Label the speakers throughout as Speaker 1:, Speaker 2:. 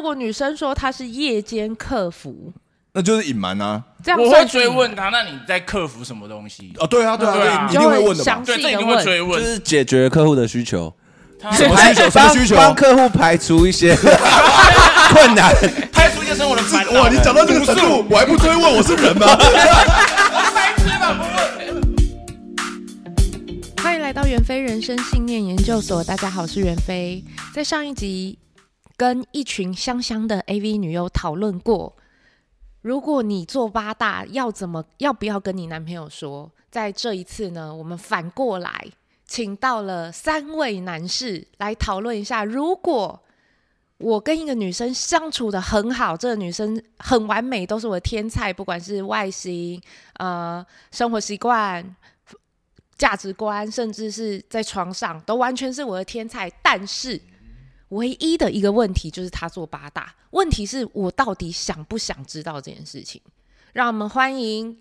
Speaker 1: 如果女生说她是夜间客服，
Speaker 2: 那就是隐瞒啊。
Speaker 1: 这样
Speaker 3: 我会追问他，那你在克服什么东西？
Speaker 2: 哦，对啊，一定会问的嘛。
Speaker 3: 对，这一定会追问，
Speaker 4: 就是解决客户的需求。
Speaker 2: 什么需求？什么需求？
Speaker 4: 帮客户排除一些困难，
Speaker 3: 排除一些生活的烦恼。
Speaker 2: 哇，你讲到这个程度，我还不追问我是人吗？
Speaker 3: 白痴吧，不问。
Speaker 1: 欢迎来到袁飞人生信念研究所，大家好，我是袁飞。在上一集跟一群香香的 AV 女优讨论过，如果你做八大要不要跟你男朋友说？在这一次呢，我们反过来请到了3位男士来讨论一下，如果我跟一个女生相处的很好，这个女生很完美，都是我的天菜，不管是外形、生活习惯、价值观，甚至是在床上都完全是我的天才，但是唯一的一个问题就是他做八大，问题是我到底想不想知道这件事情。让我们欢迎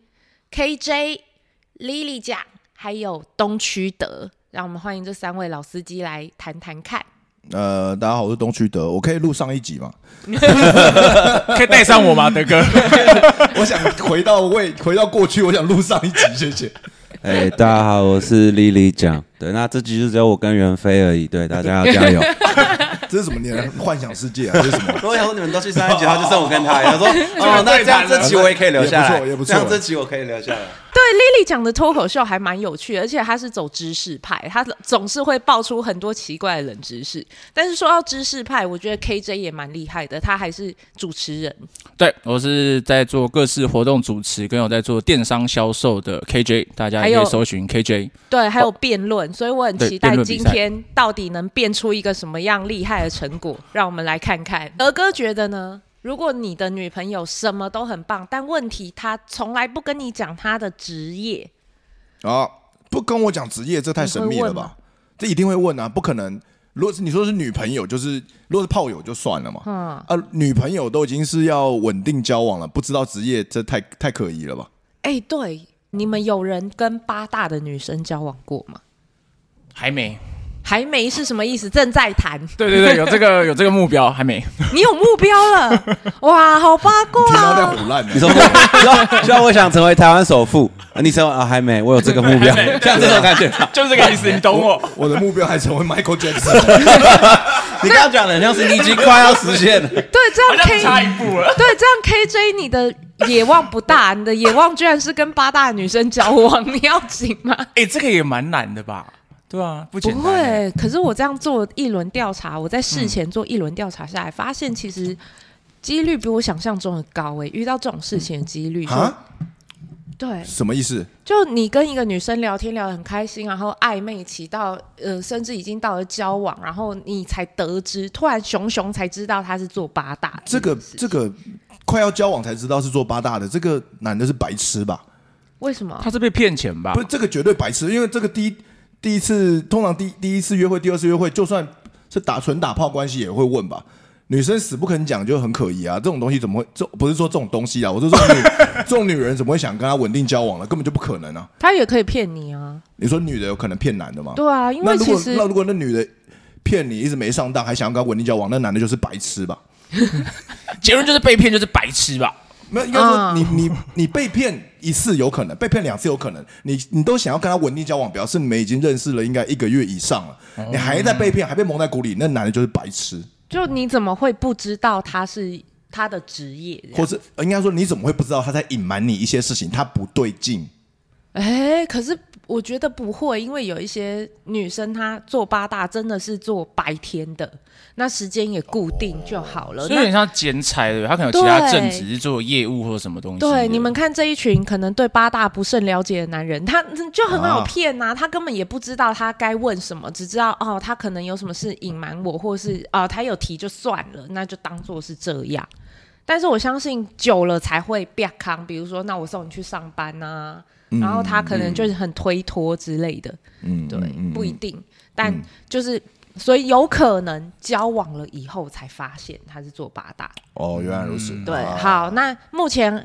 Speaker 1: KJ、Lily 酱还有东区德，让我们欢迎这3位老司机来谈谈看。
Speaker 2: 大家好，我是东区德，我可以录上一集吗？
Speaker 3: 可以带上我吗，德哥？
Speaker 2: 我想回到过去，我想录上一集，谢谢。
Speaker 4: 大家好，我是 Lily 酱。对，那这集就只有我跟袁飞而已。对，大家要加油。
Speaker 2: 这是什么？你的幻想世界啊？这是什么？
Speaker 4: 我想说你们都去上一集，然后就剩我跟他。他说哦，那这样这期我也可以留下来，
Speaker 2: 也不错。
Speaker 4: 这样这期我可以留下来。
Speaker 1: 对 ，Lily 讲的脱口秀还蛮有趣的，而且他是走知识派，他总是会爆出很多奇怪的冷知识。但是说到知识派，我觉得 KJ 也蛮厉害的，他还是主持人。
Speaker 3: 对，我是在做各式活动主持，跟有在做电商销售的 KJ， 大家也可以搜寻 KJ。
Speaker 1: 对，还有辩论，所以我很期待今天到底能辩出一个什么样厉害的成果，让我们来看看。德哥觉得呢？如果你的女朋友什么都很棒，但问题她从来不跟你讲她的职业
Speaker 2: 啊，不跟我讲职业，这太神秘了吧？这一定会问啊，不可能。如果是你说是女朋友，就是如果是炮友就算了嘛。女朋友都已经是要稳定交往了，不知道职业，这太可疑了吧？对，
Speaker 1: 你们有人跟八大的女生交往过吗？
Speaker 3: 还没
Speaker 1: 是什么意思？正在谈。
Speaker 3: 对，有这个目标，还没。
Speaker 1: 你有目标了？哇，好八卦！
Speaker 2: 听到在唬烂。
Speaker 4: 你说，虽然我想成为台湾首富，你说还没，我有这个目标，像这种感觉，
Speaker 3: 就是这个意思，你懂我。
Speaker 2: 我的目标还成为 Michael Jackson。
Speaker 4: 你刚刚讲的像是你已经快要实现了。
Speaker 1: 对，这样 K
Speaker 3: 差一步了。
Speaker 1: 对，这样 KJ 你的野望不大，你的野望居然是跟八大的女生交往，你要紧吗？
Speaker 3: 这个也蛮难的吧？对啊，不简单。
Speaker 1: 不会，可是我这样做一轮调查，我在事前做一轮调查下来，发现其实几率比我想象中的高。遇到这种事情的几率对，
Speaker 2: 什么意思？
Speaker 1: 就你跟一个女生聊天聊得很开心，然后暧昧期到甚至已经到了交往，然后你才得知，突然熊才知道他是做八大的。
Speaker 2: 这个快要交往才知道是做八大的，这个男的是白痴吧？
Speaker 1: 为什么？
Speaker 3: 他是被骗钱吧？
Speaker 2: 不是，这个绝对白痴，因为这个第一次，通常第一次约会、第二次约会，就算是纯打炮关系也会问吧。女生死不肯讲就很可疑啊！这种东西怎么会？不是说这种东西啊，我是说这种女人怎么会想跟他稳定交往呢？根本就不可能啊！
Speaker 1: 她也可以骗你啊！
Speaker 2: 你说女的有可能骗男的吗？
Speaker 1: 对啊，因为其实
Speaker 2: 如果那女的骗你一直没上当，还想要跟他稳定交往，那男的就是白痴吧？
Speaker 3: 结论就是被骗就是白痴吧？
Speaker 2: 没有，应该说你被骗1次有可能，被骗2次有可能，你都想要跟他稳定交往，表示你们已经认识了应该1个月以上了，你还在被骗，还被蒙在鼓里，那男的就是白痴。
Speaker 1: 就你怎么会不知道他是他的职业？
Speaker 2: 或是应该说你怎么会不知道他在隐瞒你一些事情，他不对劲？
Speaker 1: 可是我觉得不会，因为有一些女生她做八大真的是做白天的，那时间也固定就好了，
Speaker 3: 所以有点像兼差的，他可能有其他正职是做业务或者什么东西。
Speaker 1: 对，你们看这一群可能对八大不甚了解的男人，他就很好骗啊，他根本也不知道他该问什么，只知道他可能有什么事隐瞒我，或是他有提就算了，那就当做是这样。但是我相信久了才会变康，比如说那我送你去上班啊，然后他可能就是很推脱之类的，对，不一定，但就是所以有可能交往了以后才发现他是做八大。
Speaker 2: 原来如此。
Speaker 1: 对，好，那目前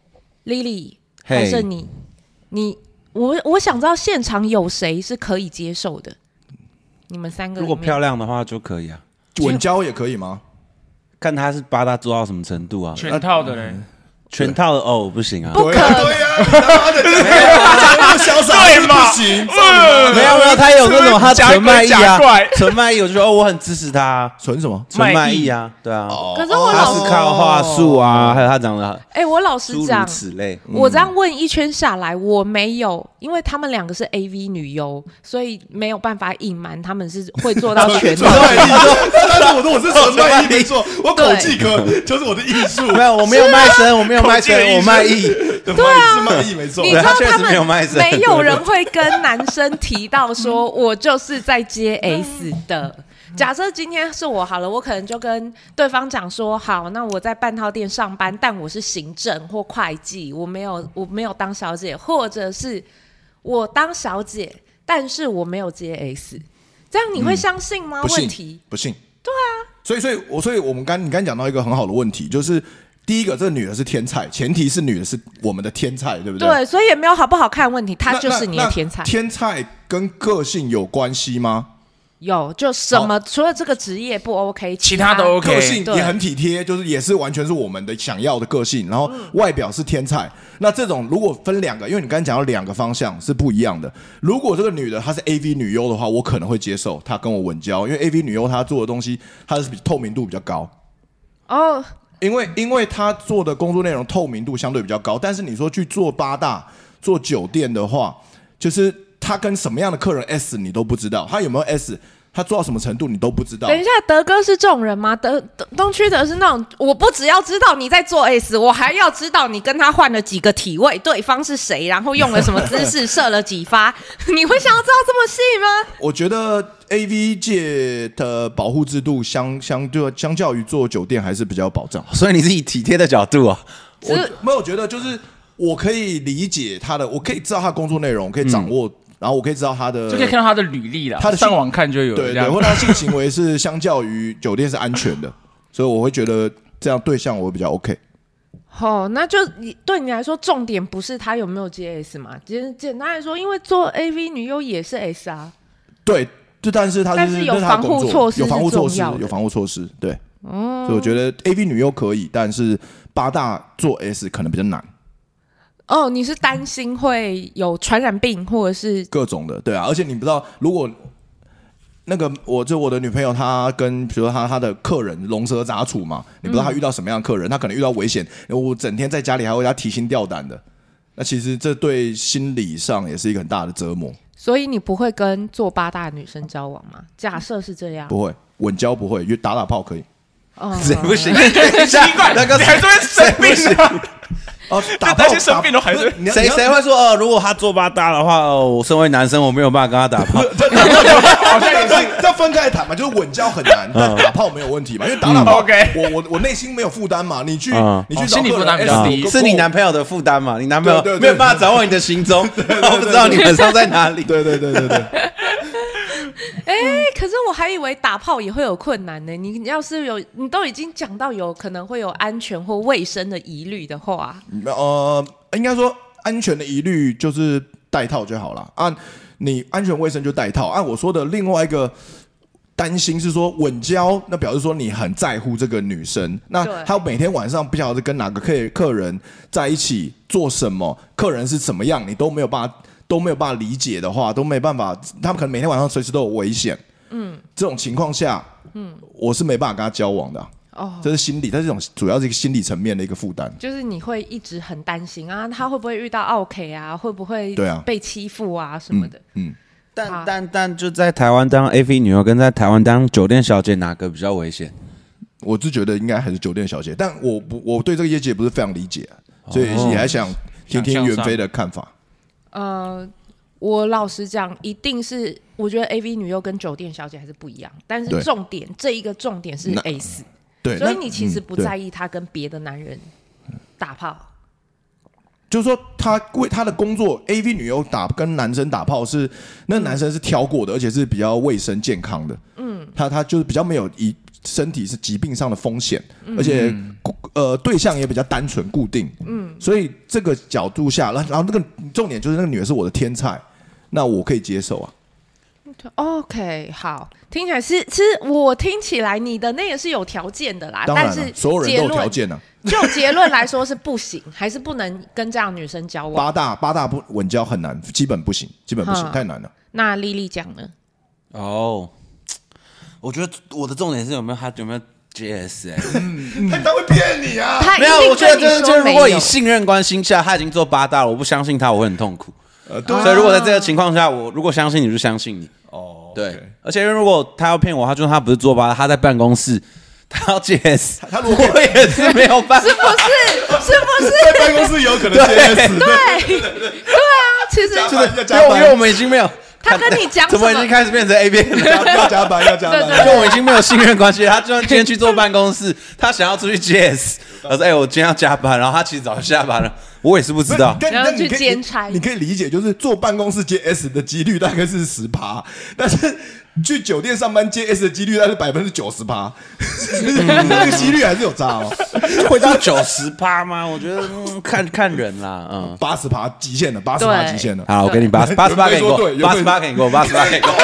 Speaker 1: Lily 还是我想知道现场有谁是可以接受的？你们3个
Speaker 4: 如果漂亮的话就可以啊，
Speaker 2: 稳交也可以吗？
Speaker 4: 看他是八大做到什么程度啊？
Speaker 3: 全套的嘞。
Speaker 4: 全套的哦，不行啊！
Speaker 1: 不可能，
Speaker 2: 对呀，你他妈的这么潇洒是不行，
Speaker 4: 没有，他有那种他纯卖艺啊，纯卖艺，我就说我很支持他，
Speaker 2: 纯什么？
Speaker 4: 纯卖艺啊，对啊。
Speaker 1: 可是我
Speaker 4: 他是靠话术啊，还有他长得，
Speaker 1: 我老实讲，
Speaker 4: 此类，
Speaker 1: 我这样问一圈下来，我没有，因为他们两个是 AV 女优，所以没有办法隐瞒他们是会做到全套。
Speaker 2: 但是我是纯卖艺没错，我口技就是我的艺术。
Speaker 4: 没有，我没有卖身，我没有卖身，我卖艺。
Speaker 2: 对啊，是卖艺没错。
Speaker 1: 你知道他们
Speaker 4: 没
Speaker 1: 有人会跟男生提到说，我就是在接 S 的。假设今天是我好了，我可能就跟对方讲说，好，那我在半套店上班，但我是行政或会计，我没有当小姐，或者是我当小姐，但是我没有接 S， 这样你会相信吗？问题
Speaker 2: 不信。对啊，所以我们你刚讲到一个很好的问题，就是第一个，这个女的是天菜，前提是女的是我们的天菜，对不对？
Speaker 1: 对，所以也没有好不好看的问题，她就是你的天菜。
Speaker 2: 天菜跟个性有关系吗？
Speaker 1: 有，就什么除了这个职业不 OK，
Speaker 3: 其他都 OK，
Speaker 2: 个性也很体贴，就是也是完全是我们的想要的个性，然后外表是天菜。那这种如果分两个，因为你刚才讲到两个方向是不一样的。如果这个女的她是 AV 女优的话，我可能会接受她跟我稳交，因为 AV 女优她做的东西，她是透明度比较高。
Speaker 1: 哦。
Speaker 2: 因为她做的工作内容透明度相对比较高，但是你说去做八大、做酒店的话，就是他跟什么样的客人 S 你都不知道，他有没有 S， 他做到什么程度你都不知道。
Speaker 1: 等一下，德哥是这种人吗？东区德是那种，我不只要知道你在做 S， 我还要知道你跟他换了几个体位，对方是谁，然后用了什么姿势，射了几发，你会想要知道这么细吗？
Speaker 2: 我觉得 AV 界的保护制度相较于做酒店还是比较有保障，
Speaker 4: 所以你是以体贴的角度啊。
Speaker 2: 我觉得就是我可以理解他的，我可以知道他的工作内容，可以掌握，然后我可以知道他的，
Speaker 3: 就可以看到他的履历啦。
Speaker 2: 他的
Speaker 3: 上网看就有，
Speaker 2: 对，或者他性行为是相较于酒店是安全的，所以我会觉得这样对象我会比较 OK。
Speaker 1: 那就对你来说，重点不是他有没有接 S 嘛？简单来说，因为做 AV 女优也是 S 啊。
Speaker 2: 对，但是他
Speaker 1: 有防护措施，
Speaker 2: 有防护措施，对。所以我觉得 AV 女优可以，但是八大做 S 可能比较难。
Speaker 1: 你是担心会有传染病或者是
Speaker 2: 各种的，对啊，而且你不知道，如果那个我的女朋友，她跟比如说她的客人龙蛇杂处嘛，你不知道她遇到什么样的客人，她可能遇到危险，我整天在家里还会要提心吊胆的，那其实这对心理上也是一个很大的折磨。
Speaker 1: 所以你不会跟做八大的女生交往吗？假设是这样，
Speaker 2: 不会，稳交不会，因为打炮可以。
Speaker 4: 谁不行？
Speaker 3: 奇怪，那个你还说生病啊？
Speaker 2: 打
Speaker 3: 些生病都还是
Speaker 4: 谁会说如果他做八大的话，我身为男生我没有办法跟他打炮。
Speaker 2: 好像也是要分开谈嘛，就是稳交很难，但打炮没有问题嘛，因为打炮，我内心没有负担嘛，你去
Speaker 3: 心理负担比较低，
Speaker 4: 是你男朋友的负担嘛？你男朋友没有办法掌握你的行踪，我不知道你晚上在哪里。
Speaker 2: 对。
Speaker 1: 可是我还以为打炮也会有困难呢。你要是你都已经讲到有可能会有安全或卫生的疑虑的话，
Speaker 2: 应该说安全的疑虑就是戴套就好了。你安全卫生就戴套。我说的另外一个担心是说稳交，那表示说你很在乎这个女生，那她每天晚上不晓得跟哪个客人在一起做什么，客人是怎么样，你都没有办法理解的话，都没办法，他们可能每天晚上随时都有危险。这种情况下，我是没办法跟他交往的。这是心理，这是主要是一个心理层面的一个负担。
Speaker 1: 就是你会一直很担心啊，他会不会遇到OK啊，会不会被欺负啊什么的。
Speaker 4: 但就在台湾当 AV 女优跟在台湾当酒店小姐哪个比较危险？
Speaker 2: 我是觉得应该还是酒店小姐，但我对这个业界不是非常理解，所以也还想听听袁飞的看法。
Speaker 1: 我老实讲，一定是我觉得 AV 女优跟酒店小姐还是不一样，但是这一个重点是 S，
Speaker 2: 对，
Speaker 1: 所以你其实不在意她跟别的男人打炮。
Speaker 2: 就是说，他的工作 AV 女优跟男生打炮是那男生是挑过的，而且是比较卫生健康的。他就是比较没有身体是疾病上的风险，而且对象也比较单纯固定。所以这个角度下，然后那个重点就是那个女的是我的天菜，那我可以接受啊。
Speaker 1: OK， 好，听起来是我听起来你的那个是有条件的啦，
Speaker 2: 当然
Speaker 1: 但是
Speaker 2: 所有人都有条件啊。
Speaker 1: 就结论来说是不行，还是不能跟这样的女生交往？
Speaker 2: 八大不稳交很难，基本不行，太难了。
Speaker 1: 那莉莉讲呢？
Speaker 4: 我觉得我的重点是有没有 JS
Speaker 2: 他会骗你啊！
Speaker 4: 没有，我觉得就是如果以信任关系下，他已经做八大了，我不相信他，我会很痛苦。所以如果在这个情况下，我如果相信你，就相信你。对。而且如果他要骗我，他不是做八大，他在办公室。他要 JS， 他如果我也是没有办法，
Speaker 1: 是不是？
Speaker 2: 在办公室有可能 JS，
Speaker 1: 对啊，其实
Speaker 2: 就是
Speaker 4: 因为我们已经没有。
Speaker 1: 他跟你讲什么？
Speaker 4: 怎么已经开始变成 A 片了？
Speaker 2: 要加班，
Speaker 4: 就我已经没有信任关系了。他就算今天去坐办公室，他想要出去 JS， 我说我今天要加班，然后他其实早就下班了，我也是不知道。
Speaker 1: 然后去兼差，
Speaker 2: 你可以理解，就是坐办公室 JS 的几率大概是10%，但是去酒店上班 JS 的几率大概是90%，那个几率还是有差哦。
Speaker 4: 会到90%吗？我觉得看人啦
Speaker 2: ，80%极限了，80%极限了。
Speaker 4: 好，我给你88给你过，88给你过，88给你过。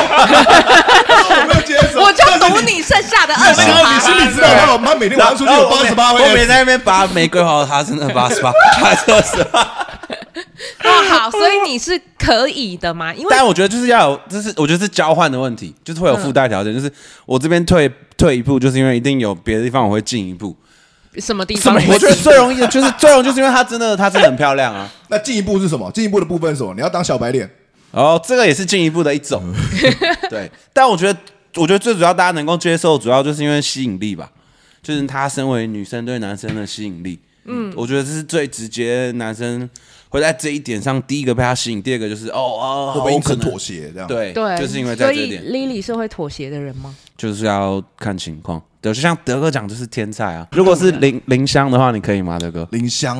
Speaker 1: 我就赌你剩下的20%。
Speaker 2: 你心里知道他每天晚上出去有88位，
Speaker 4: 我每天在那边把玫瑰花，他真的88，还是20%。
Speaker 1: 好，所以你是可以的嘛？因为
Speaker 4: 但我觉得就是要有，就是我觉得是交换的问题，就是会有附带条件，就是我这边退一步，就是因为一定有别的地方我会进一步。
Speaker 1: 什么地方？
Speaker 4: 我觉得最容易的就是因为她真的很漂亮啊。
Speaker 2: 那进一步是什么？进一步的部分是什么？你要当小白脸？
Speaker 4: 这个也是进一步的一种。对，但我觉得最主要大家能够接受，主要就是因为吸引力吧，就是她身为女生对男生的吸引力。我觉得这是最直接，男生会在这一点上，第一个被他吸引，第二个就是
Speaker 2: 会不会因此妥协这样？
Speaker 4: 对，就是因为在这一点。
Speaker 1: 所以 Lily 是会妥协的人吗？
Speaker 4: 就是要看情况。对，就像德哥讲，就是天菜啊。如果是林香的话，你可以吗，德哥？
Speaker 2: 林香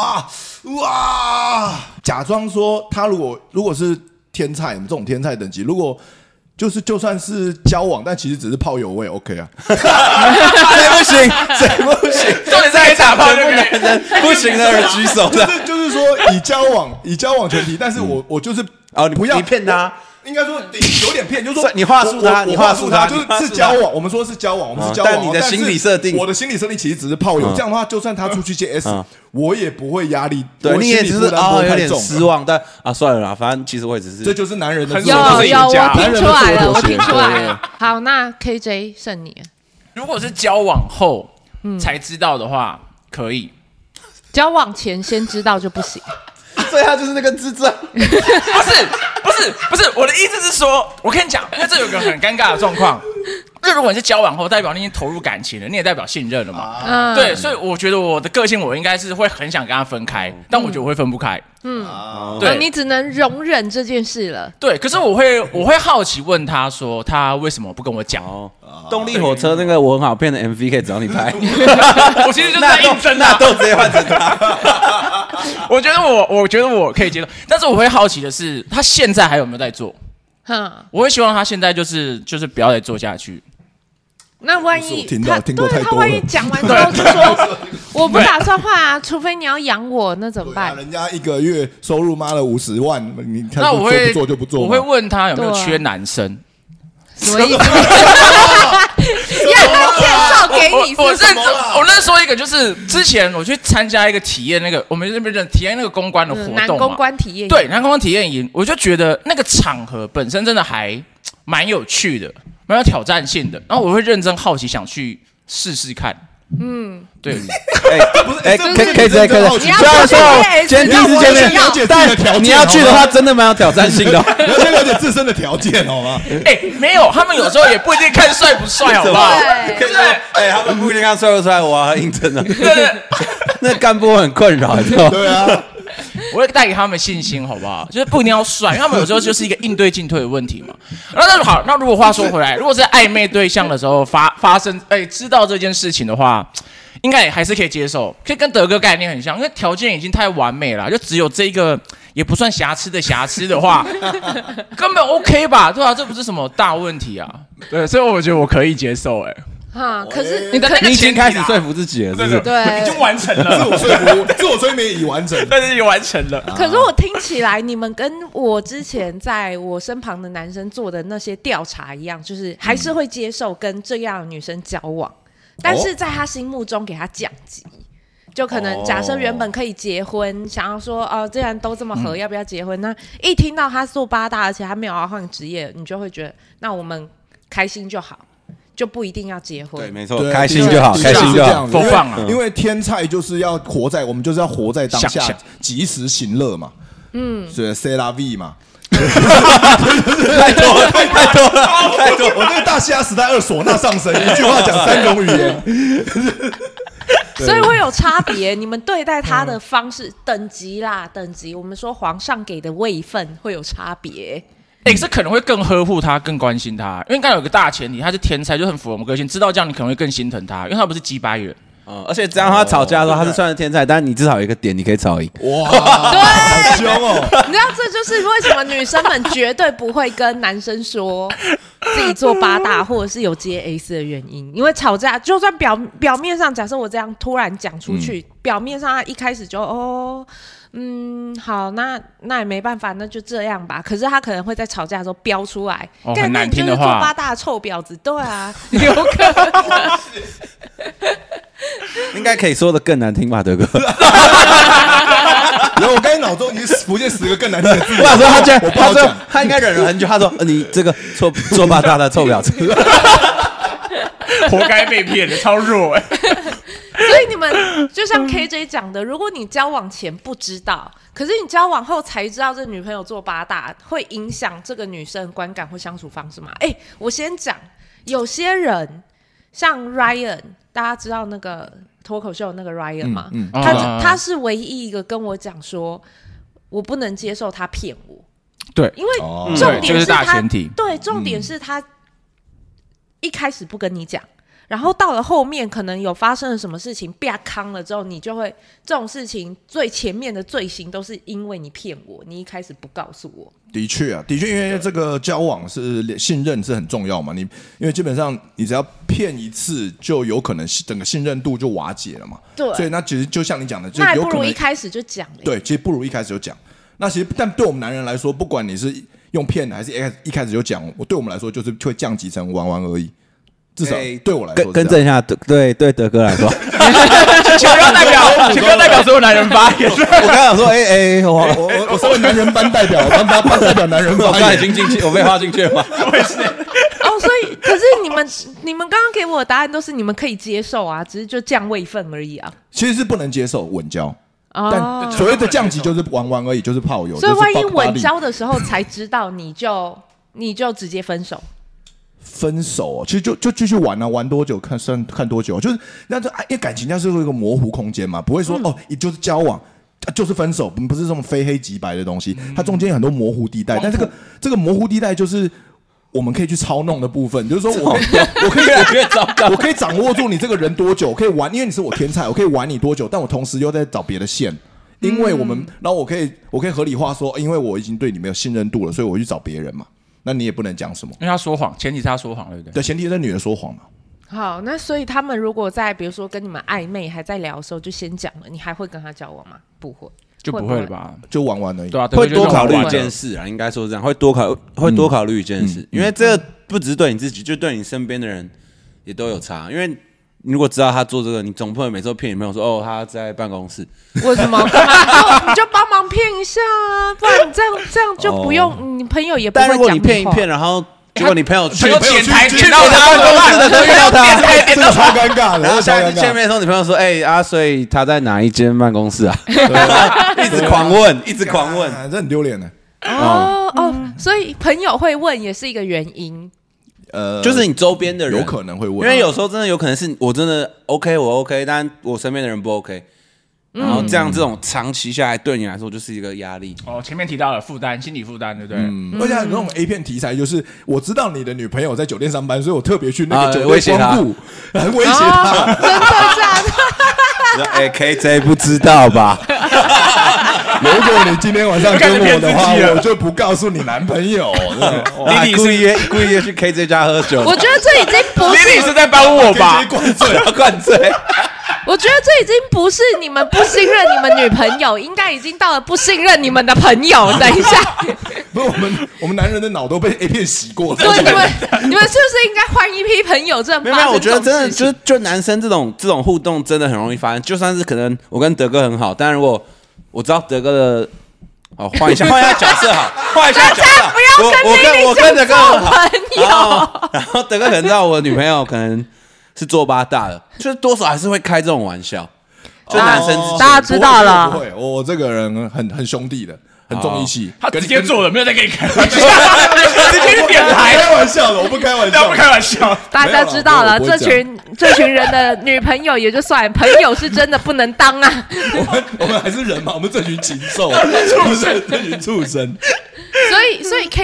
Speaker 2: 哇！假装说他如果是天菜，这种天菜等级，如果就算是交往，但其实只是炮友，我也 OK 啊。
Speaker 4: 谁不行？重点是可以打炮就可以，不行的人举手。
Speaker 2: 就是说以交往前提，但是我就是
Speaker 4: 你不要骗他。
Speaker 2: 应该说有点骗，就是说
Speaker 4: 你话术他，
Speaker 2: 就是交往。我们说是交往，
Speaker 4: 但你的心理设定，
Speaker 2: 我的心理设定其实只是炮友。这样的话，就算他出去 JS，我也不会压力。
Speaker 4: 对，你也只是有点失望，但算了啦，反正其实我也只是。
Speaker 2: 这就是男人的
Speaker 1: 有，我听出来了。好，那 KJ 剩你。
Speaker 3: 如果是交往后才知道的话，可以。
Speaker 1: 交往前先知道就不行。
Speaker 4: 所以他就是那个智障。
Speaker 3: 不是，我的意思是说，我跟你讲，因为这有个很尴尬的状况。那如果你是交往后，代表你已经投入感情了，你也代表信任了嘛？对，所以我觉得我的个性，我应该是会很想跟他分开，但我觉得我会分不开。对，
Speaker 1: 你只能容忍这件事了。
Speaker 3: 对，可是我会好奇问他说，他为什么不跟我讲？
Speaker 4: 动力火车那个我很好骗的 MV 可以找你拍。
Speaker 3: 我其实就是在应征
Speaker 4: 那都直接换成他。
Speaker 3: 我觉得我可以接受，但是我会好奇的是，他现在还有没有在做？我会希望他现在就是不要再做下去。
Speaker 1: 那万一
Speaker 2: 听过太多了，
Speaker 1: 他万一讲完之后就说我不打算换啊，除非你要养我，那怎么办？
Speaker 2: 人家一个月收入妈的50万，你看
Speaker 3: 那我会
Speaker 2: 不做就不做。
Speaker 3: 我会问他有没有缺男生。
Speaker 1: 什么意思？要他介绍给你是什么？
Speaker 3: 我那说一个，就是之前我去参加一个体验，那个我们那边体验那个公关的活动嘛，
Speaker 1: 男公关体验营。
Speaker 3: 对，男公关体验营，我就觉得那个场合本身真的还蛮有趣的，蛮有挑战性的。然后我会认真好奇，想去试试看。对，
Speaker 4: 可以，虽然说今天第一次见面，但你要去的话，真的蛮有挑战性的，
Speaker 2: 先了解自身的条件，好吗？
Speaker 3: 没有，他们有时候也不一定看帅不帅，好不好？
Speaker 4: 对，他们不一定看帅不帅，我要应征了。那干部很困扰，知道吗？
Speaker 2: 对啊。
Speaker 3: 我会带给他们信心，好不好？就是不一定要帅，因为他们有时候就是一个应对进退的问题嘛。那好，那如果话说回来，如果是在暧昧对象的时候发生，知道这件事情的话，应该也还是可以接受，可以跟德哥概念很像，因为条件已经太完美了，就只有这一个也不算瑕疵的话，根本 OK 吧？对啊，这不是什么大问题啊。对，所以我觉得我可以接受。
Speaker 1: 哈，可是
Speaker 3: 你的那个
Speaker 4: 你已经开始说服自己了，是不是？
Speaker 1: 对，
Speaker 3: 已经完成了，
Speaker 2: 自我催眠已完成，
Speaker 3: 但是已经完成了。
Speaker 1: 可是我听起来，你们跟我之前在我身旁的男生做的那些调查一样，就是还是会接受跟这样的女生交往，但是在他心目中给他降级。就可能假设原本可以结婚，想要说既然都这么合，要不要结婚？那一听到他做八大，而且他没有要换职业，你就会觉得那我们开心就好，就不一定要结婚。
Speaker 4: 对，没错，开心就好，开心就好，
Speaker 3: 放放啊！
Speaker 2: 因为天菜就是要活在，我们就是要活在当下，及时行乐嘛。所以 c'est la vie 嘛。
Speaker 4: 太多了。
Speaker 2: 我这个大西亚时代二唢呐上身，一句话讲3种语言。
Speaker 1: 所以会有差别，你们对待他的方式、等级啦，等级，我们说皇上给的位分会有差别。
Speaker 3: 是可能会更呵护他，更关心他，因为刚才有个大前提，他是天才，就很符合我们个性，知道这样你可能会更心疼他，因为他不是鸡掰人。
Speaker 4: 而且这样他吵架的时候，他是算是天才，但是你至少有一个点你可以吵赢。
Speaker 2: 哇，好凶哦！
Speaker 1: 你知道这就是为什么女生们绝对不会跟男生说自己做八大或者是有接 A4 的原因，因为吵架就算表面上，假设我这样突然讲出去，表面上他一开始就好，那也没办法，那就这样吧。可是他可能会在吵架的时候飙出来，
Speaker 3: 很难听的话，
Speaker 1: 你就是做八大的臭婊子，对啊，有可能。
Speaker 4: 应该可以说的更难听吧，德哥。
Speaker 2: 然后我刚才脑中已经浮现10个更难听的字。
Speaker 4: 我想说他应该忍了很久。他说：“你这个做八大的臭婊子，
Speaker 3: 活该被骗的，超弱
Speaker 1: 所以你们就像 KJ 讲的，如果你交往前不知道，可是你交往后才知道这女朋友做八大，会影响这个女生的观感或相处方式吗？我先讲，有些人像 Ryan， 大家知道那个脱口秀那个 Ryan 吗？他是唯一一个跟我讲说，我不能接受他骗我。
Speaker 3: 对，
Speaker 1: 因为重点是他，
Speaker 3: 大前提。
Speaker 1: 对，重点是他一开始不跟你讲。然后到了后面，可能有发生了什么事情，被他康了之后，你就会这种事情最前面的罪行都是因为你骗我，你一开始不告诉我。
Speaker 2: 的确，因为这个交往是信任是很重要嘛。因为基本上你只要骗一次，就有可能整个信任度就瓦解了嘛。
Speaker 1: 对，
Speaker 2: 所以那其实就像你讲的，就
Speaker 1: 那还不如一开始就讲。
Speaker 2: 对，其实不如一开始就讲。那其实，但对我们男人来说，不管你是用骗的还是一开始就讲，对我们来说就是会降级成玩而已。至少对我来说，
Speaker 4: 更正一下，对德哥来说，
Speaker 3: 请不要代表所有男人发言。
Speaker 4: 我刚想说，
Speaker 2: 我身为男人班代表，我帮代表男人发言。
Speaker 4: 我刚已经进去，我被划进去了吗？
Speaker 3: 我也是。
Speaker 1: 所以可是你们刚刚给我的答案都是你们可以接受啊，只是就降位分而已啊。
Speaker 2: 其实是不能接受稳交。但所谓的降级就是玩而已，就是炮友。
Speaker 1: 所以万一稳交的时候才知道，你就直接分手。
Speaker 2: 分手其实就继续玩啊，玩多久看多久，就是那这因为感情它是有一个模糊空间嘛，不会说也就是交往就是分手，不是这种非黑即白的东西，它中间有很多模糊地带，但这个模糊地带就是我们可以去操弄的部分，就是说我可以掌握住你这个人多久，我可以玩，因为你是我天菜，我可以玩你多久，但我同时又在找别的线。因为然后我可以合理化说，因为我已经对你没有信任度了，所以我去找别人嘛。那你也不能讲什么，
Speaker 3: 因为他说谎，前提是他说谎，对不对？
Speaker 2: 对，前提是那女的说谎嘛。
Speaker 1: 好，那所以他们如果在比如说跟你们暧昧还在聊的时候就先讲了，你还会跟他交往吗？不会，
Speaker 3: 就不会了吧？
Speaker 2: 就玩而已。
Speaker 3: 对啊，
Speaker 4: 会多考虑一件事啊，应该说这样，会多考虑一件事，因为这个不只是对你自己，就对你身边的人也都有差，因为。你如果知道他做这个，你总不能每次都骗你朋友说他在办公室。
Speaker 1: 为什么？你就帮忙骗一下啊，不然你这样就不用，你朋友也不会讲。
Speaker 4: 但如果你骗一骗，然后结果你朋友
Speaker 3: 去前台
Speaker 4: 点到他办公室的时候遇到他，
Speaker 2: 这个超尴尬的。
Speaker 4: 然后下一次见面的时候，你朋友说所以他在哪一间办公室啊？一直狂问，
Speaker 2: 这很丢脸的。
Speaker 1: 所以朋友会问也是一个原因。
Speaker 4: 就是你周边的人
Speaker 2: 有可能会问，
Speaker 4: 因为有时候真的有可能是我真的 OK， 我 OK， 但我身边的人不 OK， 然后这种长期下来对你来说就是一个压力。
Speaker 3: 前面提到了负担，心理负担，对不对？
Speaker 2: 而且那种 A 片题材就是，我知道你的女朋友在酒店上班，所以我特别去那个酒店光顾，很威胁她。
Speaker 1: 真的假的
Speaker 4: ？KJ 不知道吧？
Speaker 2: 如果你今天晚上跟我的话，我就不告诉你男朋友。
Speaker 4: 莉莉故意约去 KJ 家喝酒。
Speaker 1: 我觉得这已经不是
Speaker 3: 莉莉是在帮我吧？
Speaker 4: 灌醉。
Speaker 1: 我觉得这已经不是你们不信任你们女朋友，应该已经到了不信任你们的朋友。等一下，
Speaker 2: 不是我们男人的脑都被 A 片洗过。
Speaker 1: 对，你们是不是应该换一批朋友？这
Speaker 4: 没有，我觉得真的就男生这种互动真的很容易发生。就算是可能我跟德哥很好，但如果我知道德哥的。换一下角色好，换一下角色。我跟德哥很好
Speaker 1: 朋友，
Speaker 4: 然后德哥可能知道我的女朋友可能是做八大的，就是多少还是会开这种玩笑。就男生之间，
Speaker 1: 大家知道了。
Speaker 2: 不会，我这个人很兄弟的，很重义气。
Speaker 3: 他直接做了，没有在跟你开玩笑，直接点台。
Speaker 2: 开玩笑的，我不开玩笑，
Speaker 3: 不开玩笑。
Speaker 1: 大家知道了，这群人的女朋友也就算，朋友是真的不能当啊。
Speaker 2: 我们还是人嘛，我们这群禽兽，这群畜生。
Speaker 1: 所以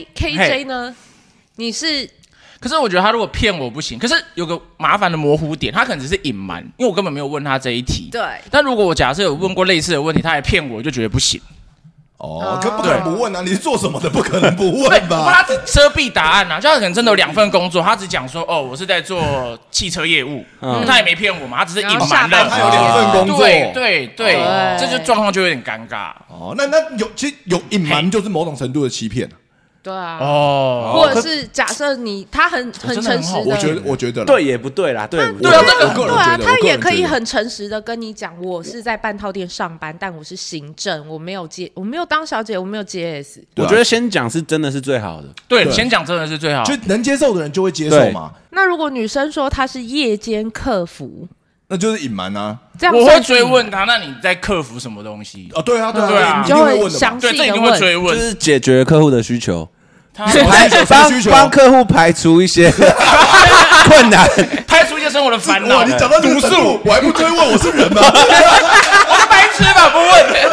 Speaker 1: KJ 呢？你是？
Speaker 3: 可是我觉得他如果骗我不行，可是有个麻烦的模糊点，他可能只是隐瞒，因为我根本没有问他这一题。
Speaker 1: 对。
Speaker 3: 但如果我假设有问过类似的问题，他还骗我，就觉得不行。
Speaker 2: 可不可能不问啊？你是做什么的？不可能不问吧？
Speaker 3: 他只遮蔽答案啊，就他可能真的有2份工作，他只讲说我是在做汽车业务，他也没骗我嘛，他只是隐瞒了。
Speaker 2: 他有2份工作，
Speaker 3: 对，这就状况就有点尴尬。
Speaker 2: 那其实有隐瞒就是某种程度的欺骗。
Speaker 1: 对啊，或者是假设他很诚实的，
Speaker 2: 我觉得
Speaker 4: 对也不对啦，对
Speaker 1: 啊，他也可以很诚实的跟你讲，我是在半套店上班，但我是行政，我没有当小姐，我没有接 S。
Speaker 4: 我觉得先讲是真的是最好的，
Speaker 3: 对，先讲真的是最好，
Speaker 2: 就能接受的人就会接受嘛。
Speaker 1: 那如果女生说她是夜间客服，
Speaker 2: 那就是隐瞒啊。
Speaker 3: 我会追问他，那你在克服什么东西？
Speaker 2: 对啊，
Speaker 1: 你就会详细的问，
Speaker 3: 追问，
Speaker 4: 就是解决客户的需求。
Speaker 2: 帮
Speaker 4: 客户排除一些困难，
Speaker 3: 排除一些生活的烦恼。
Speaker 2: 你讲到毒素，我还不追问我是人吗？
Speaker 3: 我是白痴吧？不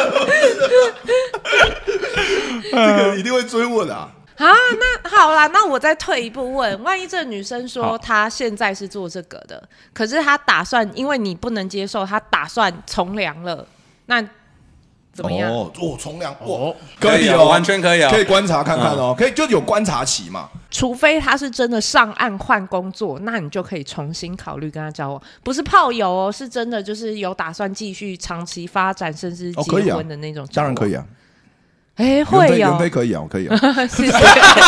Speaker 2: 问，这个一定会追问啊。
Speaker 1: 那好啦，那我再退一步问，万一这女生说她现在是做这个的，可是她打算，因为你不能接受，她打算从良了，那怎么样？
Speaker 2: 从良可以
Speaker 4: 完全可以
Speaker 2: 可以观察看看可以就有观察期嘛。
Speaker 1: 除非他是真的上岸换工作，那你就可以重新考虑跟他交往，不是炮友是真的就是有打算继续长期发展，甚至结婚的那种。
Speaker 2: 当然可以啊。
Speaker 1: 会有
Speaker 2: 袁飞可以啊，我可以啊。
Speaker 1: 谢谢。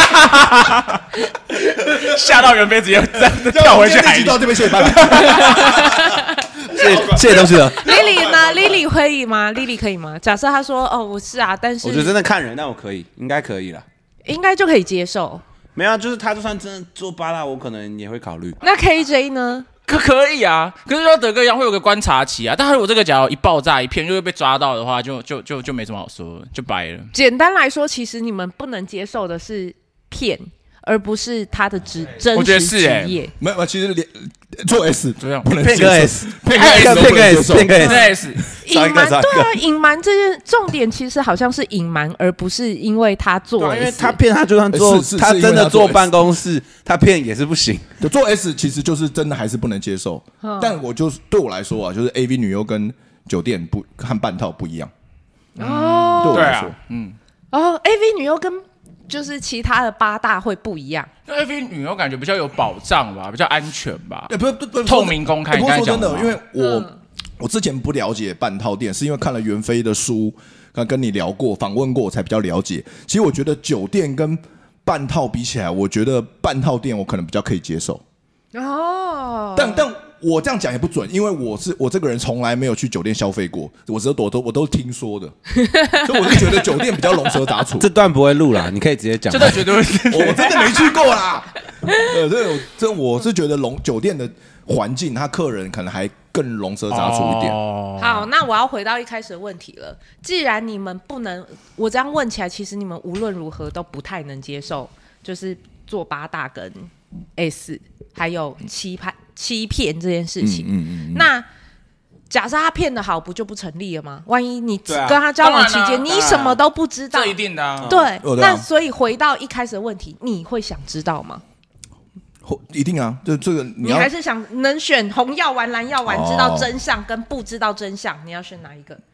Speaker 3: 吓到袁飞直接跳回去海里。
Speaker 2: 到这边谢谢，拜拜。
Speaker 4: 谢谢东西了。
Speaker 1: Lily 呢 ？Lily 可以吗 ？Lily 可以吗？假设他说我是啊，但是
Speaker 4: 我觉得真的看人，但我可以，应该可以啦，
Speaker 1: 应该就可以接受。
Speaker 4: 没有，就是他就算真的做八大，我可能也会考虑。
Speaker 1: 那 KJ 呢？
Speaker 3: 可以啊，可是像德哥一样会有个观察期啊。但如果这个假如一爆炸一片就会被抓到的话，就没什么好说，就掰了。
Speaker 1: 简单来说，其实你们不能接受的是骗，而不是他的真实职业。
Speaker 2: 没有，其实做 S
Speaker 3: 这样
Speaker 2: 不能
Speaker 4: 骗个 S，
Speaker 3: 骗个 S，
Speaker 1: 隐瞒对啊，隐瞒这件重点其实好像是隐瞒，而不是因为他做 S，
Speaker 4: 因为他骗他就算做，他真的坐办公室，他骗也是不行。
Speaker 2: 做 S 其实就是真的还是不能接受，但对我来说啊，就是 AV 女优跟酒店和半套不一样。对我来说，
Speaker 1: AV 女优跟就是其他的八大会不一样。
Speaker 3: AV 女优感觉比较有保障吧，比较安全吧，
Speaker 2: 不
Speaker 3: 透明公开。
Speaker 2: 不过说真的，因为我之前不了解半套店，是因为看了袁飞的书，跟你聊过、访问过，我才比较了解。其实我觉得酒店跟半套比起来，我觉得半套店我可能比较可以接受。但我这样讲也不准，因为我这个人从来没有去酒店消费过，我都听说的，所以我就觉得酒店比较龙蛇杂处。
Speaker 4: 这段不会录啦，你可以直接讲。
Speaker 3: 这段绝对会，
Speaker 2: 我真的没去过啦。我是觉得酒店的环境，他客人可能还更龙蛇杂处一点。
Speaker 1: 好，那我要回到一开始的问题了。既然你们不能，我这样问起来，其实你们无论如何都不太能接受，就是做八大跟 S 还有欺骗这件事情。那假设他骗得好，不就不成立了吗？万一你跟他交往期间，你什么都不知道，
Speaker 3: 这一定的啊。
Speaker 1: 对，那所以回到一开始的问题，你会想知道吗？
Speaker 2: 一定啊，就这个
Speaker 1: 你还是想能选红药丸、蓝药丸，知道真相跟不知道真相，你要选哪一个？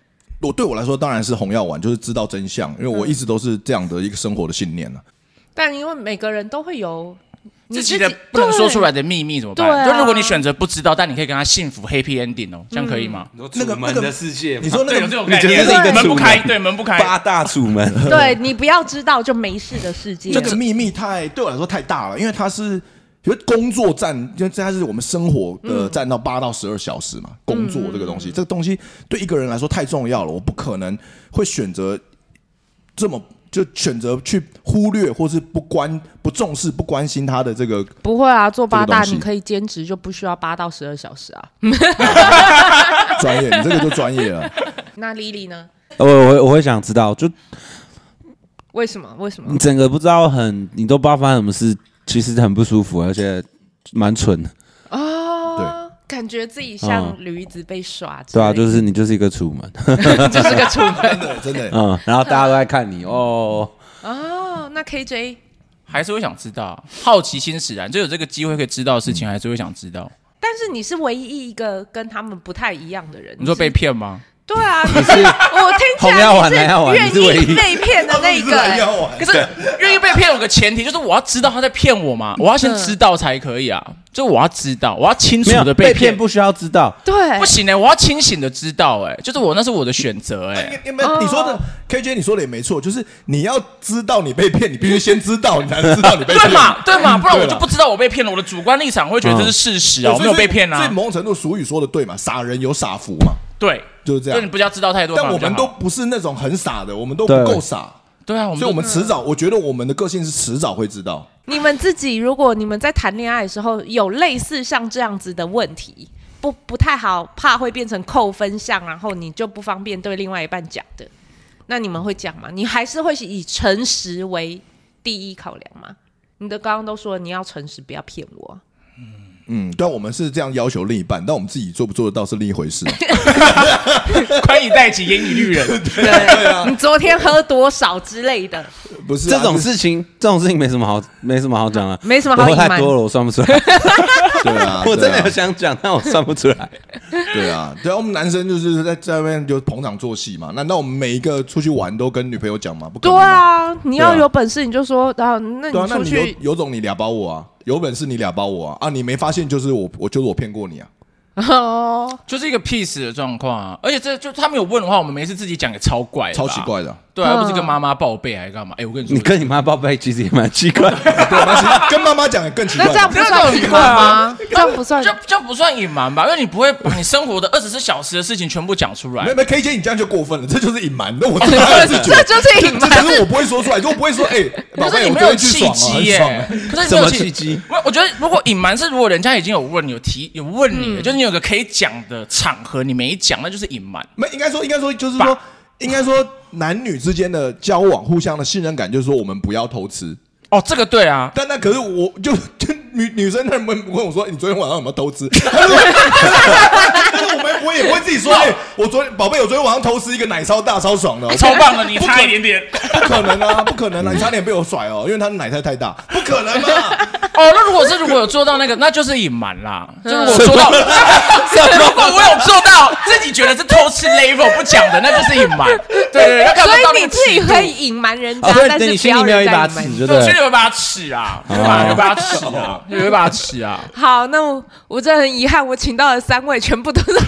Speaker 2: 对我来说当然是红药丸，就是知道真相，因为我一直都是这样的一个生活的信念啊。
Speaker 1: 但因为每个人都会有
Speaker 3: 自己的不能说出来的秘密怎么办？
Speaker 1: 啊、
Speaker 3: 就如果你选择不知道，但你可以跟他幸福 happy ending 哦，这样可以吗？
Speaker 4: 那个门的世界，
Speaker 2: 你说那个
Speaker 3: 有这种概念，
Speaker 4: 是一个
Speaker 3: 门不开，对，门不开，
Speaker 4: 八大楚门。
Speaker 1: 对你不要知道就没事的世界。
Speaker 2: 这个秘密对我来说太大了，因为它是。比如工作占，因为它是我们生活的占到8到12小时嘛。工作这个东西，这个东西对一个人来说太重要了，我不可能会选择就选择去忽略或是不重视、不关心他的这个。
Speaker 1: 不会啊，做八大你可以兼职，就不需要8到12小时啊。
Speaker 2: 专业，你这个就专业了。
Speaker 1: 那 Lily 呢？
Speaker 4: 我会想知道，就
Speaker 1: 为什么？
Speaker 4: 你整个不知道你都不知道发生什么事。其实很不舒服，而且蛮蠢的
Speaker 1: 哦。对，感觉自己像驴子被耍。
Speaker 4: 对啊，就是你就是一个楚门，
Speaker 1: 就是个楚门，
Speaker 2: 真的。
Speaker 4: 然后大家都在看你哦。
Speaker 1: 那 KJ
Speaker 3: 还是会想知道，好奇心使然，就有这个机会可以知道的事情，还是会想知道。
Speaker 1: 但是你是唯一一个跟他们不太一样的人。
Speaker 3: 你说被骗吗？
Speaker 1: 对啊，
Speaker 4: 你是
Speaker 1: 我听起来你是愿意被骗的那个。
Speaker 3: 可是愿意被骗有个前提，就是我要知道他在骗我嘛，我要先知道才可以啊。就我要知道，我要清楚的
Speaker 4: 被骗不需要知道，
Speaker 1: 对，
Speaker 3: 不行我要清醒的知道，就是那是我的选择，
Speaker 2: 你说的 KJ 你说的也没错，就是你要知道你被骗，你必须先知道，你才能知道你被骗，
Speaker 3: 对嘛，不然我就不知道我被骗了，我的主观立场会觉得这是事实啊，我没有被骗啊。
Speaker 2: 所以某种程度俗语说的对嘛，傻人有傻福嘛。
Speaker 3: 对，
Speaker 2: 就是这样。
Speaker 3: 就你不要知道太多，
Speaker 2: 但我们都不是那种很傻的，我们都不够傻。
Speaker 3: 对啊，
Speaker 2: 所以我们迟早，我觉得我们的个性是迟早会知道。
Speaker 1: 你们自己，如果你们在谈恋爱的时候有类似像这样子的问题，不太好，怕会变成扣分项，然后你就不方便对另外一半讲的，那你们会讲吗？你还是会以诚实为第一考量吗？你的刚刚都说你要诚实，不要骗我。
Speaker 2: 但我们是这样要求另一半，但我们自己做不做得到是另一回事。
Speaker 3: 宽以待己，严以律人。
Speaker 2: 对啊，
Speaker 1: 你昨天喝多少之类的，
Speaker 2: 不是
Speaker 4: 这种事情没什么好讲的，
Speaker 1: 没什么好隐瞒。
Speaker 4: 我太多了，我算不出来。
Speaker 2: 对啊，
Speaker 4: 我真的有想讲，但我算不出来。
Speaker 2: 对啊，我们男生就是在外面就捧场做戏嘛。难道我们每一个出去玩都跟女朋友讲吗？不可能。
Speaker 1: 对啊，你要有本事你就说，那你出去
Speaker 2: 有种你俩包我啊，有本事你俩包我啊！你没发现就是我骗过你啊！
Speaker 3: 就是一个 peace 的状况啊，而且这就他们有问的话，我们没事自己讲也超怪的，
Speaker 2: 超奇怪的。
Speaker 3: 对啊，不是跟妈妈报备还是干嘛？我跟你说，
Speaker 4: 你跟你妈报备其实也蛮奇怪的，
Speaker 2: 对，跟妈妈讲也更奇怪。
Speaker 1: 那这样不算隐瞒吗？这样不算，
Speaker 3: 这不算隐瞒吧？因为你不会把你生活的24小时的事情全部讲出来。
Speaker 2: 没 KJ， 你这样就过分了，这就是隐瞒。那我知道
Speaker 1: 这就是隐瞒，
Speaker 2: 可是我不会说出来，就不会说
Speaker 3: 可是你没有契机耶。可是
Speaker 4: 什么契机？
Speaker 3: 我觉得如果隐瞒是如果人家已经有问你有问你，就是你有个可以讲的场合，你没讲，那就是隐瞒。
Speaker 2: 应该说就是说。应该说，男女之间的交往，互相的信任感，就是说我们不要偷吃。
Speaker 3: 哦，这个对啊。
Speaker 2: 但那可是我就女生他们问我说：“你昨天晚上有没有偷吃？”但是我也不会自己说：“宝贝，我昨天晚上偷吃一个奶超大超爽的，
Speaker 3: 超棒的，你差一点点。”
Speaker 2: 不可能啊，不可能啊！你差点被我甩哦，因为他的奶太大，不可能嘛。
Speaker 3: 那如果有做到那个，那就是隐瞒啦。就如果做到，如果我有做到自己觉得是偷吃 level 不讲的，那就是隐瞒。对，
Speaker 1: 所以你自己可以隐瞒人家，但是
Speaker 4: 你心里面有一把尺，对不对？
Speaker 3: 我心里有一把尺啊，有把尺啊，有一把尺啊。
Speaker 1: 好，那我真的很遗憾，我请到的3位全部都是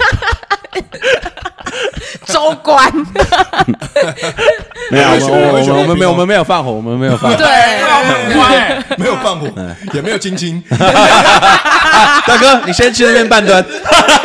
Speaker 1: 州官。
Speaker 4: 没有，我们没有放火，我们没有放火。
Speaker 1: 对，
Speaker 2: 没有放火，也没有亲亲。
Speaker 4: 大哥，你先去那边半端。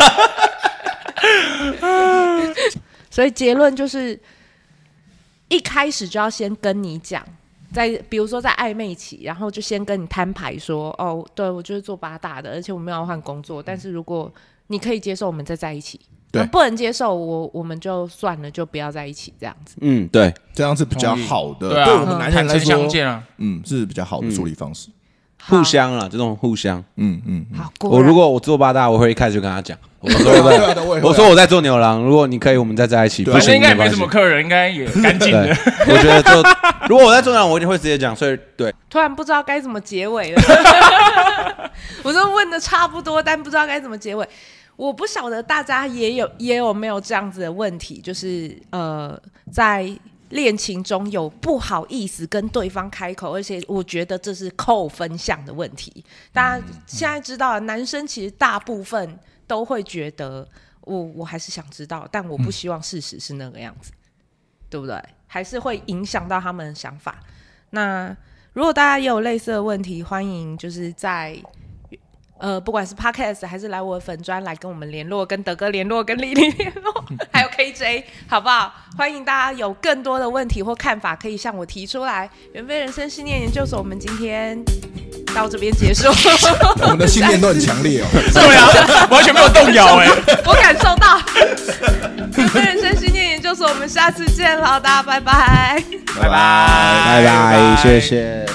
Speaker 1: 所以结论就是，一开始就要先跟你讲，比如说在暧昧期，然后就先跟你摊牌说，对我就是做八大的，而且我们要换工作，但是如果你可以接受，我们再在一起。对，不能接受我们就算了，就不要在一起这样子。
Speaker 4: 对，
Speaker 2: 这样是比较好的。
Speaker 3: 对
Speaker 2: 我们男人来说，
Speaker 3: 是
Speaker 2: 比较好的处理方式。
Speaker 4: 互相啦，这种互相。
Speaker 1: 好。
Speaker 4: 如果我做八大，我会一开始就跟他讲，我说我在做牛郎，如果你可以，我们再在一起。
Speaker 3: 反正应该也没什么客人，应该也干净的。
Speaker 4: 我觉得如果我在做牛郎，我一定会直接讲。所以对，
Speaker 1: 突然不知道该怎么结尾了。我说问的差不多，但不知道该怎么结尾。 我不晓得大家也有没有这样子的问题，就是在恋情中有不好意思跟对方开口，而且我觉得这是扣分项的问题。大家现在知道了，男生其实大部分都会觉得我还是想知道，但我不希望事实是那个样子，对不对？还是会影响到他们的想法。那如果大家也有类似的问题，欢迎就是在不管是 podcast 还是来我的粉专来跟我们联络，跟德哥联络，跟丽丽联络，还有 KJ， 好不好？欢迎大家有更多的问题或看法可以向我提出来。袁飞人生信念研究所，我们今天到这边结束。
Speaker 2: 我们的信念都很强烈哦，
Speaker 3: 对啊，完全没有动摇
Speaker 1: 我感受到。袁飞人生信念研究所，我们下次见了，大家拜拜，
Speaker 4: 拜拜，谢谢。